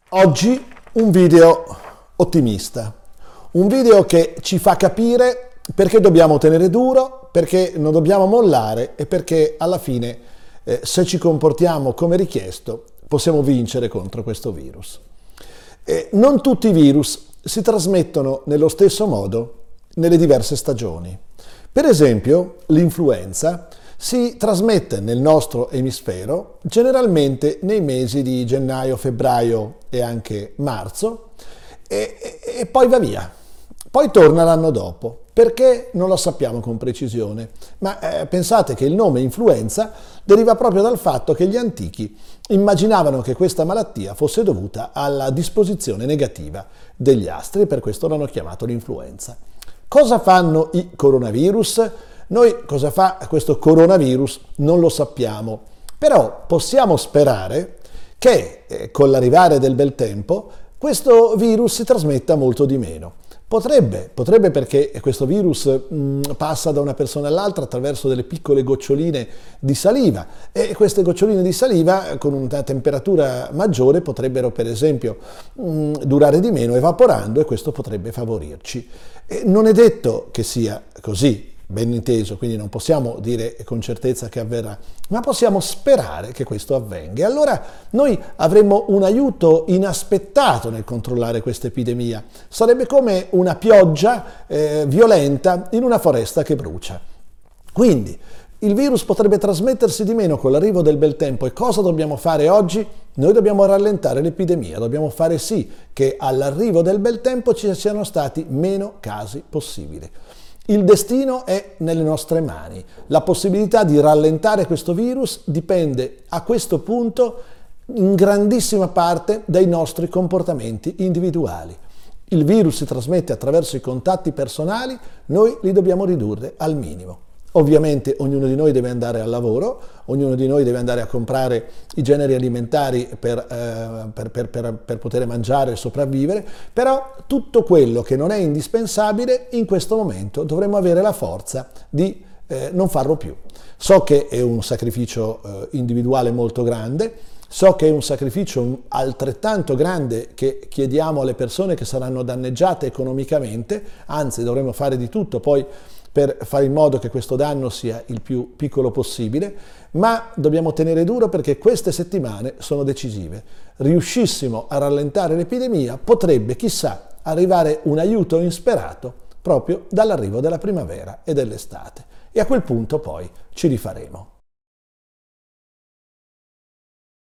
Oggi un video ottimista, un video che ci fa capire perché dobbiamo tenere duro, perché non dobbiamo mollare e perché alla fine se ci comportiamo come richiesto possiamo vincere contro questo virus. Non tutti i virus si trasmettono nello stesso modo nelle diverse stagioni. Per esempio, l'influenza si trasmette nel nostro emisfero generalmente nei mesi di gennaio, febbraio e anche marzo e poi va via. Poi torna l'anno dopo. Perché? Non lo sappiamo con precisione, ma pensate che il nome influenza deriva proprio dal fatto che gli antichi immaginavano che questa malattia fosse dovuta alla disposizione negativa degli astri e per questo l'hanno chiamato l'influenza. Cosa fanno i coronavirus? Noi cosa fa questo coronavirus non lo sappiamo, però possiamo sperare che con l'arrivare del bel tempo questo virus si trasmetta molto di meno. Potrebbe perché questo virus passa da una persona all'altra attraverso delle piccole goccioline di saliva e queste goccioline di saliva con una temperatura maggiore potrebbero per esempio durare di meno evaporando e questo potrebbe favorirci. Non è detto che sia così, ben inteso, quindi non possiamo dire con certezza che avverrà, ma possiamo sperare che questo avvenga. E allora noi avremo un aiuto inaspettato nel controllare questa epidemia. Sarebbe come una pioggia violenta in una foresta che brucia. Quindi il virus potrebbe trasmettersi di meno con l'arrivo del bel tempo. E cosa dobbiamo fare oggi? Noi dobbiamo rallentare l'epidemia, dobbiamo fare sì che all'arrivo del bel tempo ci siano stati meno casi possibili. Il destino è nelle nostre mani. La possibilità di rallentare questo virus dipende a questo punto in grandissima parte dai nostri comportamenti individuali. Il virus si trasmette attraverso i contatti personali, noi li dobbiamo ridurre al minimo. Ovviamente ognuno di noi deve andare al lavoro, ognuno di noi deve andare a comprare i generi alimentari per poter mangiare e sopravvivere, però tutto quello che non è indispensabile in questo momento dovremmo avere la forza di non farlo più. So che è un sacrificio individuale molto grande, so che è un sacrificio altrettanto grande che chiediamo alle persone che saranno danneggiate economicamente, anzi dovremmo fare di tutto poi per fare in modo che questo danno sia il più piccolo possibile, ma dobbiamo tenere duro perché queste settimane sono decisive. Riuscissimo a rallentare l'epidemia, potrebbe, chissà, arrivare un aiuto insperato proprio dall'arrivo della primavera e dell'estate. E a quel punto poi ci rifaremo.